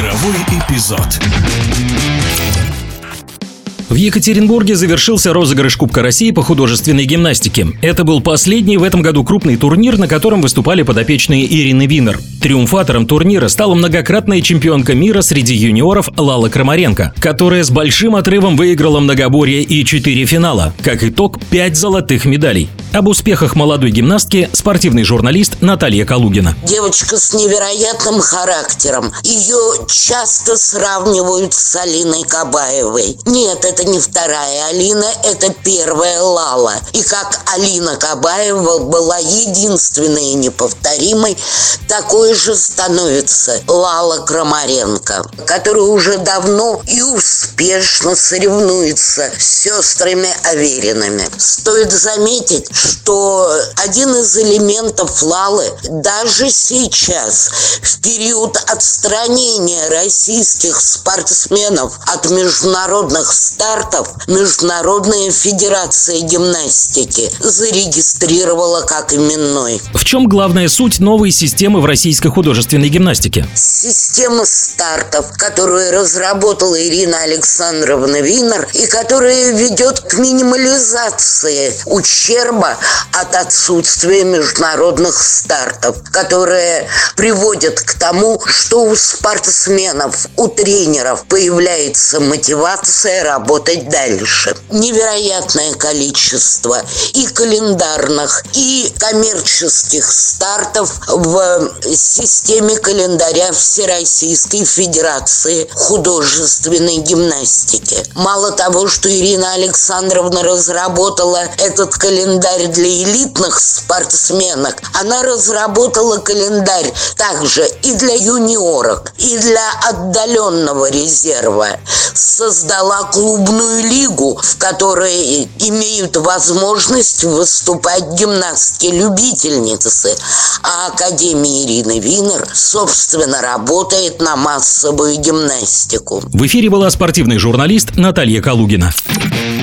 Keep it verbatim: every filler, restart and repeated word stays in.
Игровой эпизод. В Екатеринбурге завершился розыгрыш Кубка России по художественной гимнастике. Это был последний в этом году крупный турнир, на котором выступали подопечные Ирины Винер. Триумфатором турнира стала многократная чемпионка мира среди юниоров Лала Крамаренко, которая с большим отрывом выиграла многоборье и четыре финала. Как итог, пять золотых медалей. Об успехах молодой гимнастки спортивный журналист Наталья Калугина. Девочка с невероятным характером. Ее часто сравнивают с Алиной Кабаевой. Нет, это не вторая Алина, это первая Лала. И как Алина Кабаева была единственной и неповторимой, такой же становится Лала Крамаренко, которая уже давно и успешно соревнуется с сестрами Аверинами. Стоит заметить, что один из элементов Лалы даже сейчас, в период отстранения российских спортсменов от международных стартов, Международная федерация гимнастики зарегистрировала как именной. В чем главная суть новой системы в российской художественной гимнастике? Система стартов, которую разработала Ирина Александровна Винер и которая ведет к минимализации ущерба от отсутствия международных стартов, которые приводят к тому, что у спортсменов, у тренеров появляется мотивация работать дальше. Невероятное количество и календарных, и коммерческих стартов в системе календаря Всероссийской Федерации художественной гимнастики. Мало того, что Ирина Александровна разработала этот календарь для элитных спортсменок, она разработала календарь также и для юниорок, и для отдаленного резерва. Создала клубную лигу, в которой имеют возможность выступать гимнастки-любительницы. А Академия Ирины Винер, собственно, работает на массовую гимнастику. В эфире была спортивный журналист Наталья Калугина.